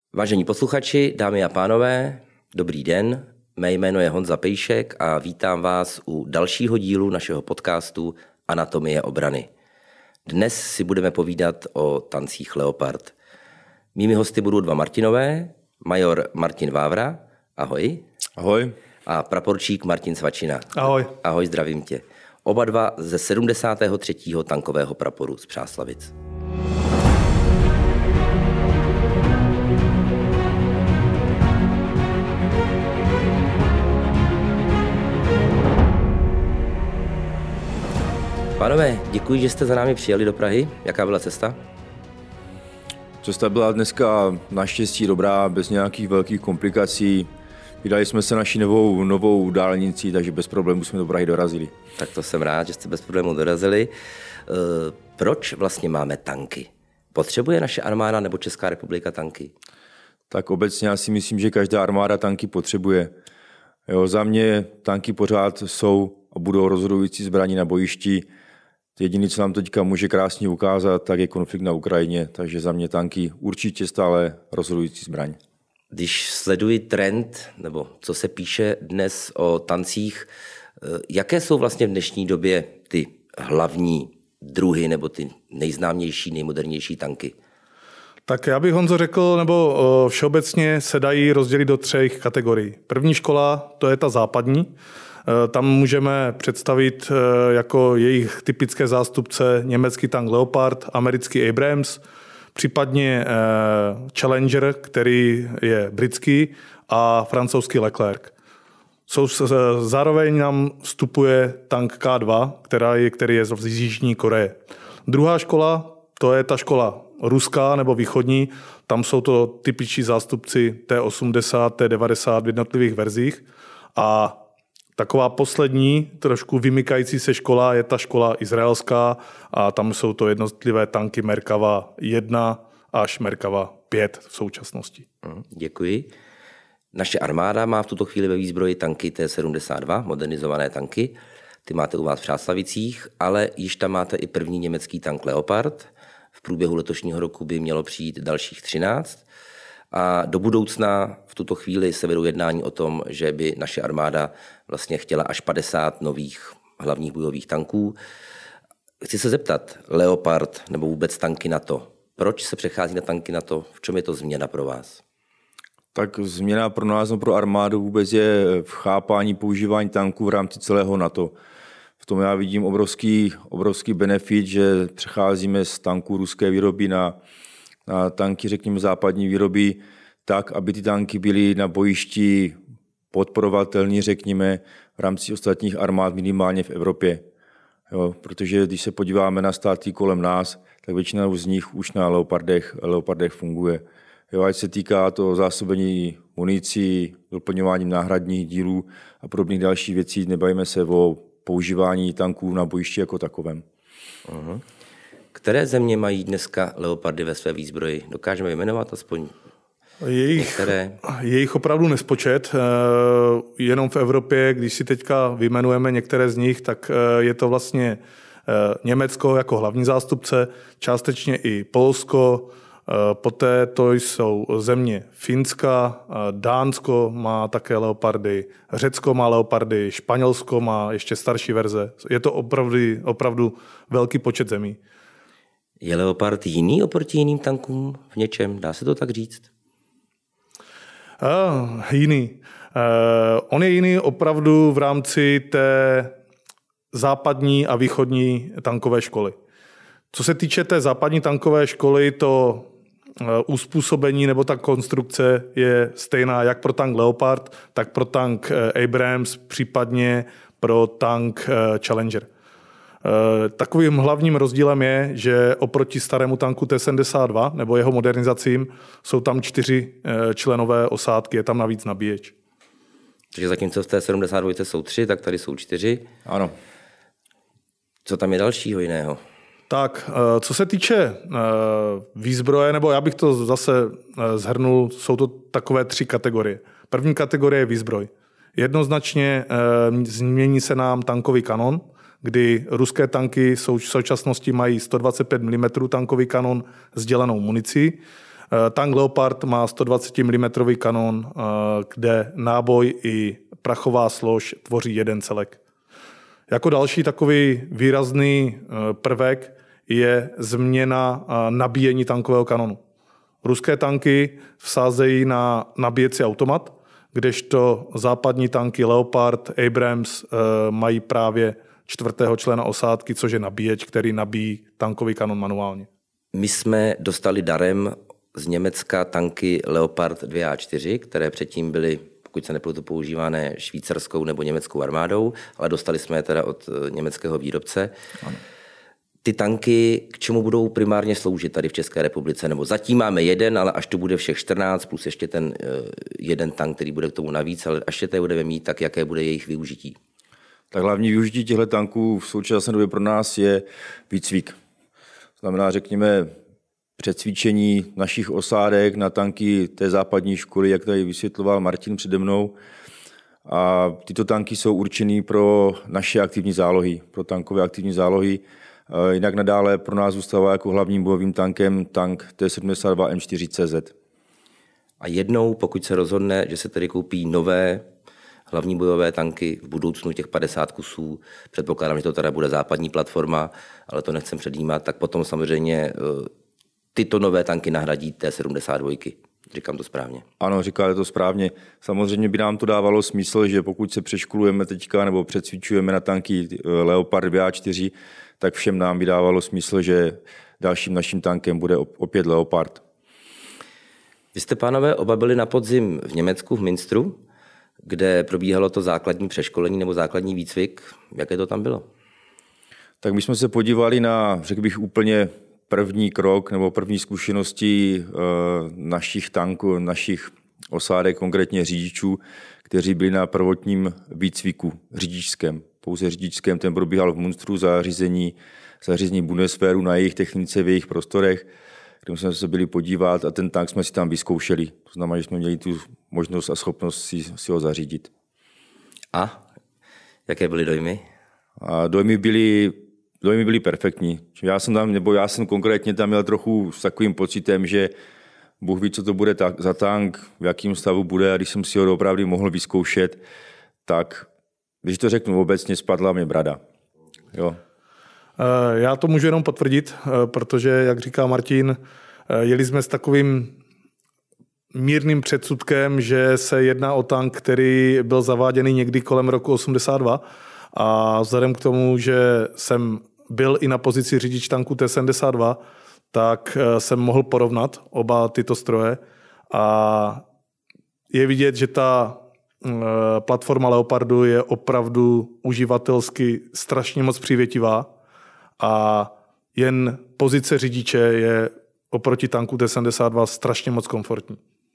Vážení posluchači, dámy a pánové, dobrý den. Mé jméno je Honza Pejšek a vítám vás u dalšího dílu našeho podcastu Anatomie obrany. Dnes si budeme povídat o tancích Leopard. Mými hosty budou dva Martinové, major Martin Vávra, ahoj. Ahoj. A praporčík Martin Svačina. Ahoj. Ahoj, zdravím tě. Oba dva ze 73. tankového praporu z Přáslavic. Pánové, děkuji, že jste za námi přijeli do Prahy. Jaká byla cesta? Cesta byla dneska naštěstí dobrá, bez nějakých velkých komplikací. Vydali jsme se naší novou dálnicí, takže bez problémů jsme do Prahy dorazili. Tak to jsem rád, že jste bez problémů dorazili. Proč vlastně máme tanky? Potřebuje naše armáda nebo Česká republika tanky? Tak obecně já si myslím, že každá armáda tanky potřebuje. Jo, za mě tanky pořád jsou a budou rozhodující zbraní na bojišti. Jediné, co nám teďka může krásně ukázat, tak je konflikt na Ukrajině, takže za mě tanky určitě stále rozhodující zbraň. Když sleduji trend, nebo co se píše dnes o tancích, jaké jsou vlastně v dnešní době ty hlavní druhy nebo ty nejznámější, nejmodernější tanky? Tak já bych, Honzo, řekl, nebo všeobecně se dají rozdělit do 3 kategorií. První škola, to je ta západní. Tam můžeme představit jako jejich typické zástupce německý tank Leopard, americký Abrams, případně Challenger, který je britský, a francouzský Leclerc. Zároveň nám vstupuje tank K2, který je z Jižní Koreje. Druhá škola, to je ta škola ruská nebo východní, tam jsou to typičtí zástupci T-80, T-90 v jednotlivých verzích. A taková poslední, trošku vymykající se škola je ta škola izraelská a tam jsou to jednotlivé tanky Merkava 1 až Merkava 5 v současnosti. Děkuji. Naše armáda má v tuto chvíli ve výzbroji tanky T-72, modernizované tanky. Ty máte u vás v Přáslavicích, ale již tam máte i první německý tank Leopard. V průběhu letošního roku by mělo přijít dalších 13. A do budoucna v tuto chvíli se vedou jednání o tom, že by naše armáda vlastně chtěla až 50 nových hlavních bojových tanků. Chci se zeptat, Leopard nebo vůbec tanky NATO, proč se přechází na tanky NATO? V čem je to změna pro vás? Tak změna pro nás, pro armádu vůbec je v chápání používání tanků v rámci celého NATO. V tom já vidím obrovský benefit, že přecházíme z tanků ruské výroby na tanky, řekněme, západní výroby, tak, aby ty tanky byly na bojišti podporovatelné, řekněme, v rámci ostatních armád minimálně v Evropě. Jo, protože když se podíváme na státy kolem nás, tak většina z nich už na Leopardech funguje. Jo, ať se týká to zásobení municí, doplňováním náhradních dílů a podobných dalších věcí, nebavíme se o používání tanků na bojišti jako takovém. Uh-huh. Které země mají dneska Leopardy ve své výzbroji? Dokážeme vyjmenovat aspoň některé? Jejich opravdu nespočet. Jenom v Evropě, když si teďka vyjmenujeme některé z nich, tak je to vlastně Německo jako hlavní zástupce, částečně i Polsko, poté to jsou země Finska, Dánsko má také Leopardy, Řecko má Leopardy, Španělsko má ještě starší verze. Je to opravdu velký počet zemí. Je Leopard jiný oproti jiným tankům v něčem? Dá se to tak říct? Jiný. On je jiný opravdu v rámci té západní a východní tankové školy. Co se týče té západní tankové školy, to uspůsobení nebo ta konstrukce je stejná jak pro tank Leopard, tak pro tank Abrams, případně pro tank Challenger. Takovým hlavním rozdílem je, že oproti starému tanku T-72 nebo jeho modernizacím jsou tam 4 členové osádky, je tam navíc nabíječ. Takže zatímco v té 72 jsou 3, tak tady jsou 4. Ano. Co tam je dalšího jiného? Tak, co se týče výzbroje, nebo já bych to zase shrnul, jsou to takové 3 kategorie. První kategorie je výzbroj. Jednoznačně změní se nám tankový kanon, kdy ruské tanky v současnosti mají 125 mm tankový kanon s dělenou municí. Tank Leopard má 120 mm kanon, kde náboj i prachová slož tvoří jeden celek. Jako další takový výrazný prvek je změna nabíjení tankového kanonu. Ruské tanky vsázejí na nabíjecí automat, kdežto západní tanky Leopard, Abrams mají právě 4. člena osádky, což je nabíječ, který nabíjí tankový kanon manuálně. My jsme dostali darem z Německa tanky Leopard 2A4, které předtím byly, pokud se nepletu, používané švýcarskou nebo německou armádou, ale dostali jsme je teda od německého výrobce. Ano. Ty tanky k čemu budou primárně sloužit tady v České republice? Nebo zatím máme jeden, ale až to bude všech 14, plus ještě ten jeden tank, který bude k tomu navíc, ale až je budeme mít, tak jaké bude jejich využití? Tak hlavní využití těchto tanků v současné době pro nás je výcvik. Znamená, řekněme, přecvičení našich osádek na tanky té západní školy, jak tady vysvětloval Martin přede mnou. A tyto tanky jsou určený pro naše aktivní zálohy, pro tankové aktivní zálohy. Jinak nadále pro nás zůstává jako hlavním bojovým tankem tank T-72 M4CZ. A jednou, pokud se rozhodne, že se tedy koupí nové hlavní bojové tanky v budoucnu těch 50 kusů, předpokládám, že to teda bude západní platforma, ale to nechcem předjímat, tak potom samozřejmě tyto nové tanky nahradí T-72. Říkám to správně. Ano, říkáte to správně. Samozřejmě by nám to dávalo smysl, že pokud se přeškolujeme teďka nebo přecvičujeme na tanky Leopard 2A4, tak všem nám by dávalo smysl, že dalším naším tankem bude opět Leopard. Vy jste, pánové, oba byli na podzim v Německu, v Münsteru, kde probíhalo to základní přeškolení nebo základní výcvik. Jaké to tam bylo? Tak my jsme se podívali na, řekl bych, úplně první krok nebo první zkušenosti našich tanků, našich osádek, konkrétně řidičů, kteří byli na prvotním výcviku řidičském. Pouze řidičském, ten probíhal v Münsteru za řízení Bundeswehru na jejich technice v jejich prostorech, kde jsme se byli podívat a ten tank jsme si tam vyzkoušeli. To znamená, že jsme měli tu možnost a schopnost si ho zařídit. A jaké byly dojmy? A dojmy byly perfektní. Já jsem konkrétně tam měl trochu s takovým pocitem, že Bůh ví, co to bude za tank, v jakém stavu bude, a když jsem si ho opravdu mohl vyzkoušet, tak, když to řeknu obecně, spadla mě brada. Jo. Já to můžu jenom potvrdit, protože, jak říká Martin, jeli jsme s takovým mírným předsudkem, že se jedná o tank, který byl zaváděný někdy kolem roku 82, a vzhledem k tomu, že jsem byl i na pozici řidič tanku T-72, tak jsem mohl porovnat oba tyto stroje a je vidět, že ta platforma Leopardu je opravdu uživatelsky strašně moc přívětivá a jen pozice řidiče je oproti tanku T-72 strašně moc komfortní.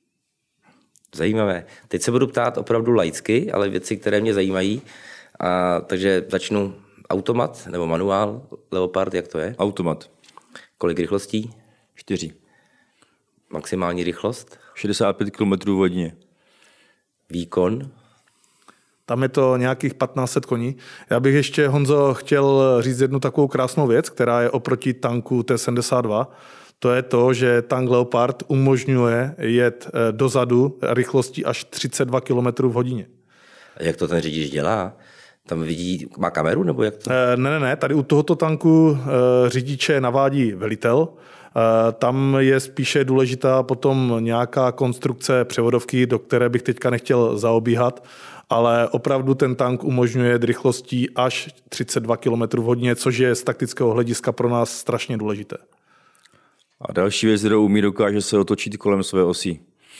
Zajímavé. Teď se budu ptát opravdu laicky, ale věci, které mě zajímají. Takže začnu automat nebo manuál Leopard, jak to je? Automat. Kolik rychlostí? 4. Maximální rychlost? 65 km v hodině. Výkon? Tam je to nějakých 1500 koní. Já bych ještě, Honzo, chtěl říct jednu takovou krásnou věc, která je oproti tanku T-72. To je to, že tank Leopard umožňuje jet dozadu rychlostí až 32 km v hodině. A jak to ten řidič dělá? Tam vidí, má kameru nebo jak to? Ne. Tady u tohoto tanku řidiče navádí velitel. Tam je spíše důležitá potom nějaká konstrukce převodovky, do které bych teďka nechtěl zaobíhat, ale opravdu ten tank umožňuje rychlostí až 32 km v hodině, což je z taktického hlediska pro nás strašně důležité. A další věc, kterou umí, dokáže se otočit kolem své osy.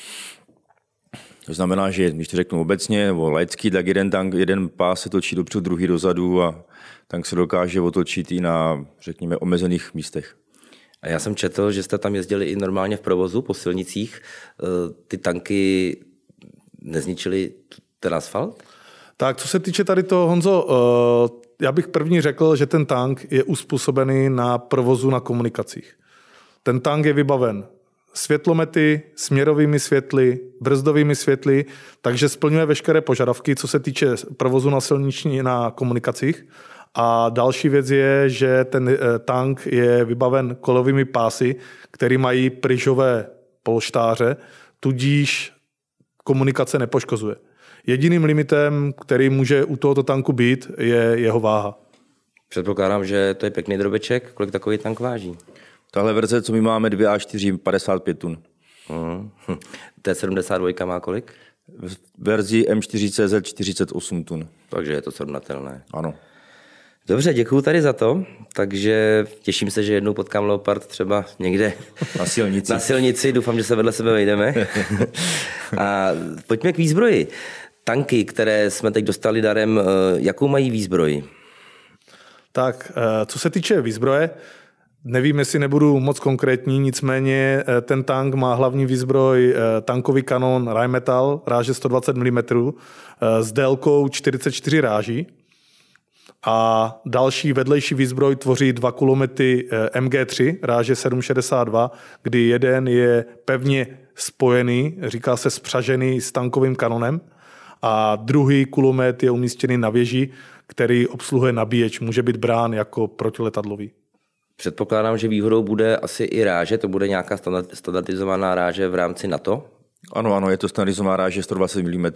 To znamená, že když to řeknu obecně nebo laicky, tak jeden pás se točí dopředu, druhý dozadu a tank se dokáže otočit i na, řekněme, omezených místech. A já jsem četl, že jste tam jezdili i normálně v provozu po silnicích. Ty tanky nezničily ten asfalt? Tak, co se týče tady toho, Honzo, já bych první řekl, že ten tank je uspůsobený na provozu na komunikacích. Ten tank je vybaven světlomety, směrovými světly, brzdovými světly, takže splňuje veškeré požadavky, co se týče provozu na silniční na komunikacích. A další věc je, že ten tank je vybaven kolovými pásy, které mají pryžové polštáře, tudíž komunikace nepoškozuje. Jediným limitem, který může u tohoto tanku být, je jeho váha. Předpokládám, že to je pěkný drobeček. Kolik takový tank váží? Tahle verze, co my máme, 2A4, 55 tun. T72 má kolik? V verzi M4CZ 48 tun. Takže je to srovnatelné. Ano. Dobře, děkuju tady za to. Takže těším se, že jednou potkám Leopard třeba někde Na silnici. Na silnici. Doufám, že se vedle sebe vejdeme. A pojďme k výzbroji. Tanky, které jsme teď dostali darem, jakou mají výzbroj? Tak, co se týče výzbroje, nevím, jestli nebudu moc konkrétní, nicméně ten tank má hlavní výzbroj tankový kanon Rheinmetall ráže 120 mm s délkou 44 ráží a další vedlejší výzbroj tvoří 2 kulomety MG3 ráže 7,62, kdy jeden je pevně spojený, říká se spřažený s tankovým kanonem a druhý kulomet je umístěný na věži, který obsluhuje nabíječ, může být brán jako protiletadlový. Předpokládám, že výhodou bude asi i ráže, to bude nějaká standardizovaná ráže v rámci NATO? Ano, je to standardizovaná ráže 120 mm.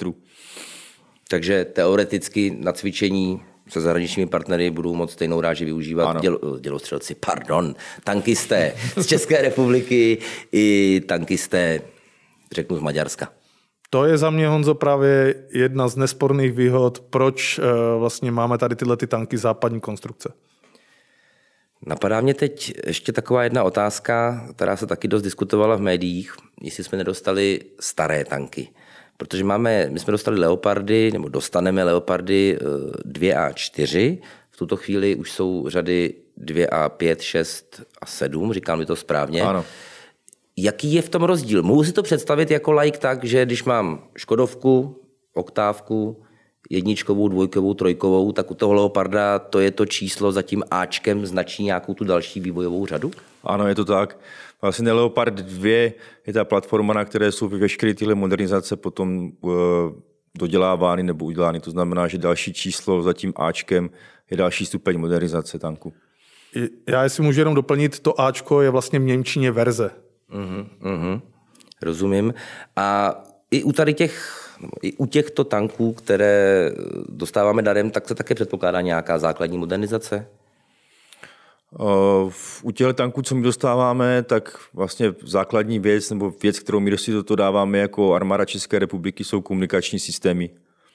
Takže teoreticky na cvičení se zahraničními partnery budou moct stejnou ráži využívat dělostřelci, tankisté z České republiky i tankisté, řeknu, z Maďarska. To je za mě, Honzo, právě jedna z nesporných výhod, proč vlastně máme tady tyhle tanky západní konstrukce. Napadá mě teď ještě taková jedna otázka, která se taky dost diskutovala v médiích, jestli jsme nedostali staré tanky. Protože my jsme dostali Leopardy, nebo dostaneme Leopardy 2A4, v tuto chvíli už jsou řady 2A5, 6 a 7, říkám mi to správně. Ano. Jaký je v tom rozdíl? Mohu si to představit jako laik tak, že když mám Škodovku, oktávku, jedničkovou, dvojkovou, trojkovou, tak u toho Leoparda to je to číslo za tím Ačkem značí nějakou tu další vývojovou řadu? Ano, je to tak. Vlastně Leopard 2 je ta platforma, na které jsou veškeré tyhle modernizace potom dodělávány nebo udělány. To znamená, že další číslo za tím Ačkem je další stupeň modernizace tanku. Já jestli můžu jenom doplnit, to Ačko je vlastně v němčině verze. Rozumím. A i u těchto tanků, které dostáváme darem, tak se také předpokládá nějaká základní modernizace? U těch tanků, co my dostáváme, tak vlastně základní věc, nebo věc, kterou my do toho dáváme jako armáda České republiky, jsou komunikační systémy.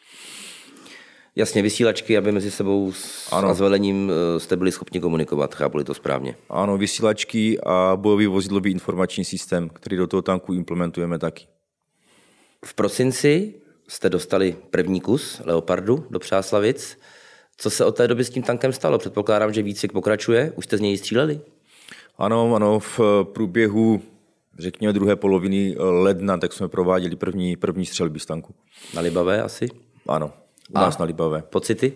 Jasně, vysílačky, aby mezi sebou a s velením jste byli schopni komunikovat, chápu-li to správně? Ano, vysílačky a bojový vozidlový informační systém, který do toho tanku implementujeme taky. V prosinci jste dostali první kus Leopardu do Přáslavic. Co se od té doby s tím tankem stalo? Předpokládám, že výcvik pokračuje. Už jste z něj stříleli? Ano, v průběhu, řekněme, druhé poloviny ledna, tak jsme prováděli první střelby z tanku. Na Libavé asi? Ano, u nás na Libavé. Pocity?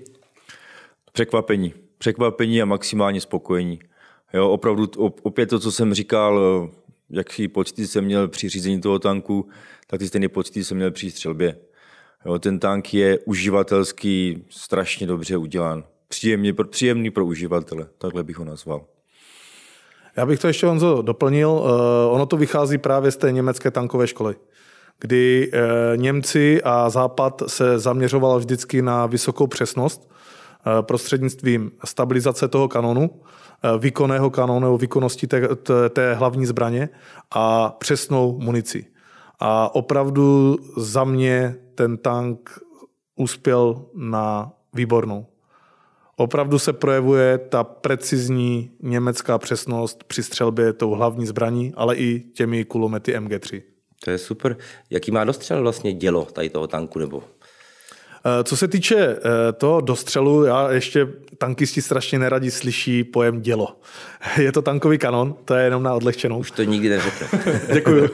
Překvapení a maximálně spokojení. Jo, opravdu opět to, co jsem říkal, jaký pocity jsem měl při řízení toho tanku, tak ty stejné pocity jsem měl při střelbě. Jo, ten tank je uživatelsky strašně dobře udělán. Příjemný pro uživatele, takhle bych ho nazval. Já bych to ještě, Honzo, doplnil. Ono to vychází právě z té německé tankové školy, kdy Němci a Západ se zaměřoval vždycky na vysokou přesnost prostřednictvím stabilizace toho kanonu, výkonného kanonu, výkonnosti té hlavní zbraně a přesnou munici. A opravdu za mě ten tank uspěl na výbornou. Opravdu se projevuje ta precizní německá přesnost při střelbě tou hlavní zbraní, ale i těmi kulomety MG3. To je super. Jaký má dostřel vlastně dělo tady toho tanku? Nebo? Co se týče toho dostřelu, já ještě tankisti strašně neradi slyší pojem dělo. Je to tankový kanon, to je jenom na odlehčenou. Už to nikdy neřekl. Děkuju.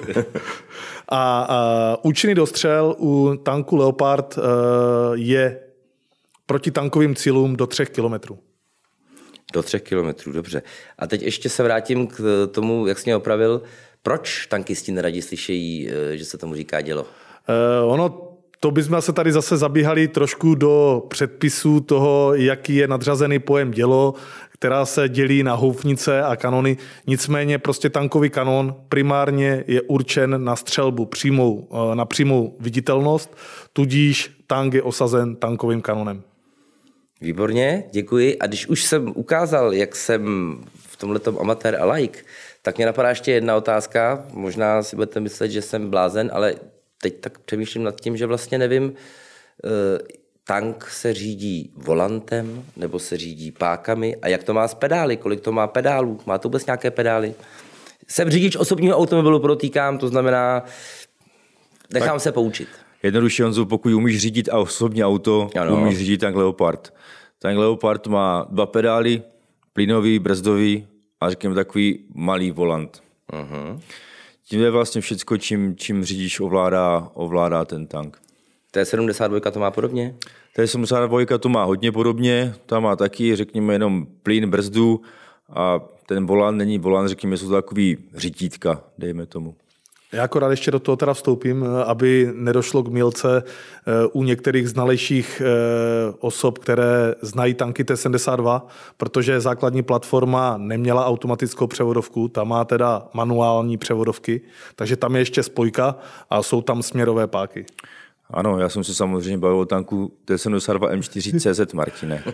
A účinný dostřel u tanku Leopard je proti tankovým cílům do 3 kilometrů. Do 3 kilometrů, dobře. A teď ještě se vrátím k tomu, jak jsi mě opravil. Proč tankisti neradi slyšejí, že se tomu říká dělo? Ono to bychom se tady zase zabíhali trošku do předpisů toho, jaký je nadřazený pojem dělo, která se dělí na houfnice a kanony. Nicméně prostě tankový kanon primárně je určen na střelbu na přímou viditelnost, tudíž tank je osazen tankovým kanonem. Výborně, děkuji. A když už jsem ukázal, jak jsem v tomhletom amatér a laik, tak mě napadá ještě jedna otázka. Možná si budete myslet, že jsem blázen, ale teď tak přemýšlím nad tím, že vlastně nevím, tank se řídí volantem nebo se řídí pákami a jak to má s pedály, kolik to má pedálů, má to vůbec nějaké pedály? Jsem řidič osobního automobilu, podotýkám, to znamená, nechám se poučit. Jednoduše, Honzo, pokud umíš řídit osobní auto, umíš řídit tank Leopard. Tank Leopard má 2 pedály, plynový, brzdový a řekněme takový malý volant. Uh-huh. Tím je vlastně všecko, čím řidič ovládá ten tank. T72 to má podobně? T72 to má hodně podobně, tam má taky, řekněme, jenom plyn, brzdu a ten volant není volant, řekněme, jsou to takový řitítka, dejme tomu. Já akorát ještě do toho teda vstoupím, aby nedošlo k mýlce u některých znalejších osob, které znají tanky T72, protože základní platforma neměla automatickou převodovku, ta má teda manuální převodovky, takže tam je ještě spojka a jsou tam směrové páky. Ano, já jsem se samozřejmě bavil o tanku T72 M4 CZ, Martine.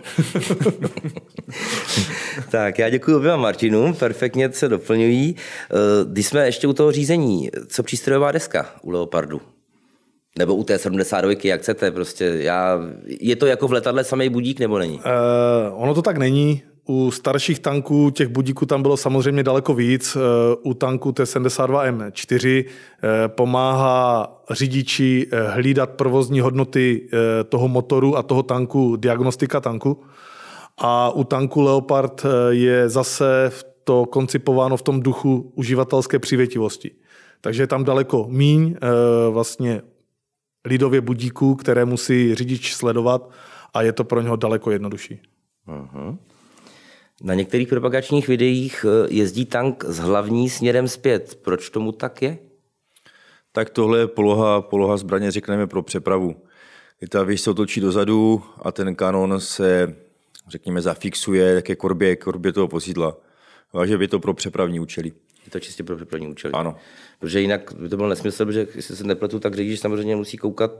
Tak, já děkuji oběma Martinům, perfektně se doplňují. Když jsme ještě u toho řízení, co přístrojová deska u Leopardu? Nebo u T72, jak chcete, prostě je to jako v letadle samej budík, nebo není? Ono to tak není. U starších tanků těch budíků tam bylo samozřejmě daleko víc. U tanku T72M4 pomáhá řidiči hlídat provozní hodnoty toho motoru a toho tanku, diagnostika tanku. A u tanku Leopard je zase to koncipováno v tom duchu uživatelské přívětivosti. Takže je tam daleko míň vlastně lidově budíků, které musí řidič sledovat a je to pro něho daleko jednodušší. Uh-huh. Na některých propagačních videích jezdí tank s hlavní směrem zpět. Proč tomu tak je? Tak tohle je poloha zbraně, řekneme, pro přepravu. Kdy ta věž se otočí dozadu a ten kanon se, řekněme, zafixuje také korbě toho vozidla. Takže je to pro přepravní účely. Je to čistě pro přepravní účely? Ano. Protože jinak by to byl nesmysl, protože jestli se nepletu, tak řidič samozřejmě musí koukat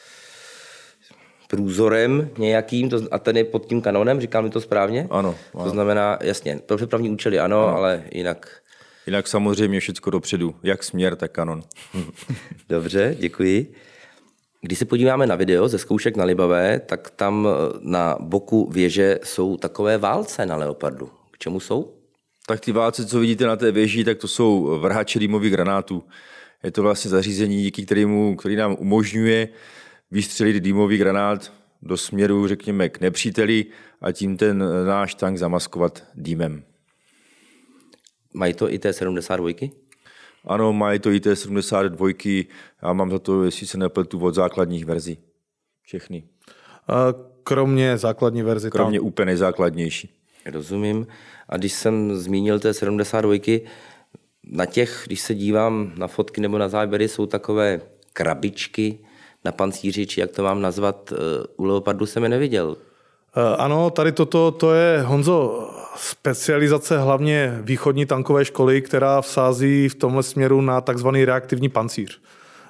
průzorem nějakým, a ten je pod tím kanonem, říkám mi to správně? Ano. To znamená, jasně, pro přepravní účely ano, ale jinak... Jinak samozřejmě všechno dopředu, jak směr, tak kanon. Dobře, děkuji. Když se podíváme na video ze zkoušek na Libavé, tak tam na boku věže jsou takové válce na Leopardu. K čemu jsou? Tak ty válce, co vidíte na té věži, tak to jsou vrhače dýmových granátů. Je to vlastně zařízení, který nám umožňuje vystřelit dýmový granát do směru, řekněme, k nepříteli a tím ten náš tank zamaskovat dýmem. Mají to i T72? Ano, mají to i T72. Já mám za to, jestli se nepletu, od základních verzí. Všechny. Kromě základní verze. Kromě úplně nejzákladnější. Rozumím. A když jsem zmínil T72, na těch, když se dívám na fotky nebo na záběry, jsou takové krabičky na pancíři, či jak to mám nazvat, u Leopardu jsem je neviděl. Ano, tady to je, Honzo, specializace hlavně východní tankové školy, která vsází v tomhle směru na takzvaný reaktivní pancíř.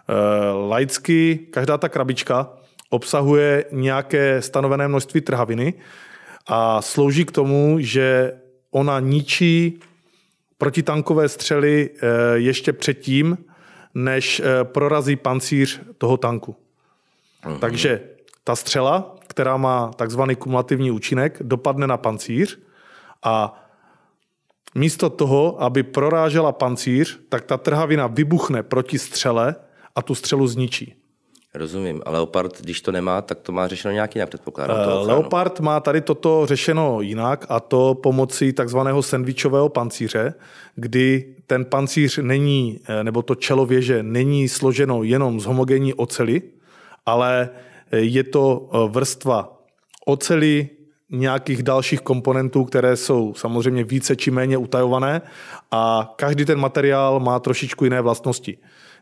Laicky každá ta krabička obsahuje nějaké stanovené množství trhaviny a slouží k tomu, že ona ničí protitankové střely ještě předtím, než prorazí pancíř toho tanku. Uh-huh. Takže ta střela, která má takzvaný kumulativní účinek, dopadne na pancíř a místo toho, aby prorážela pancíř, tak ta trhavina vybuchne proti střele a tu střelu zničí. Rozumím. A Leopard, když to nemá, tak to má řešeno nějak jinak, předpokládám. Leopard má tady toto řešeno jinak a to pomocí takzvaného sendvičového pancíře, kdy ten pancíř není, nebo to čelo věže není složeno jenom z homogenní oceli, ale je to vrstva oceli, nějakých dalších komponentů, které jsou samozřejmě více či méně utajované a každý ten materiál má trošičku jiné vlastnosti.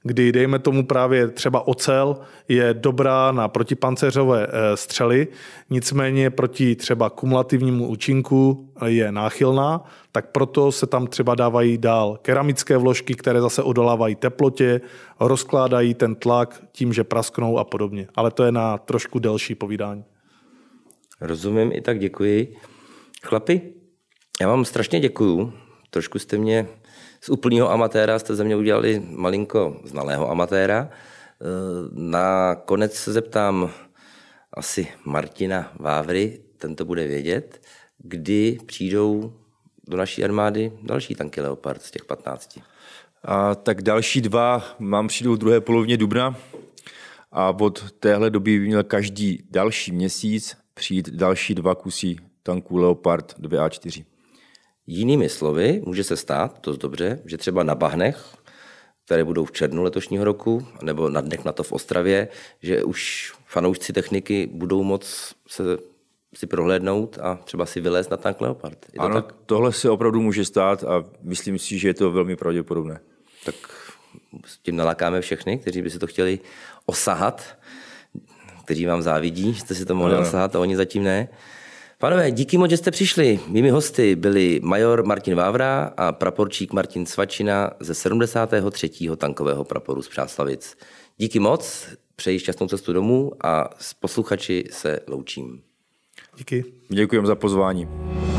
kdy dejme tomu právě třeba ocel je dobrá na protipancéřové střely, nicméně proti třeba kumulativnímu účinku je náchylná, tak proto se tam třeba dávají dál keramické vložky, které zase odolávají teplotě, rozkládají ten tlak tím, že prasknou a podobně. Ale to je na trošku delší povídání. Rozumím, i tak děkuji. Chlapi, já vám strašně děkuju. Trošku jste mě z úplného amatéra, jste ze mě udělali malinko znalého amatéra. Nakonec se zeptám asi Martina Vávry, ten to bude vědět, kdy přijdou do naší armády další tanky Leopard z těch 15. A tak další 2 přijdou v druhé polovině dubna a od téhle doby by měl každý další měsíc přijít další 2 kusy tanků Leopard 2A4. Jinými slovy, může se stát, to dobře, že třeba na bahnech, které budou v červnu letošního roku, nebo na dnech NATO v Ostravě, že už fanoušci techniky budou moc si prohlédnout a třeba si vylézt na tank Leopard. Je to ano, tak? Tohle se opravdu může stát a myslím si, že je to velmi pravděpodobné. Tak s tím nalákáme všechny, kteří by si to chtěli osahat, kteří vám závidí, že jste si to mohli osahat a oni zatím ne. Pánové, díky moc, že jste přišli. Mými hosty byli major Martin Vávra a praporčík Martin Svačina ze 73. tankového praporu z Přáslavic. Díky moc, přeji šťastnou cestu domů a s posluchači se loučím. Díky. Děkujem za pozvání.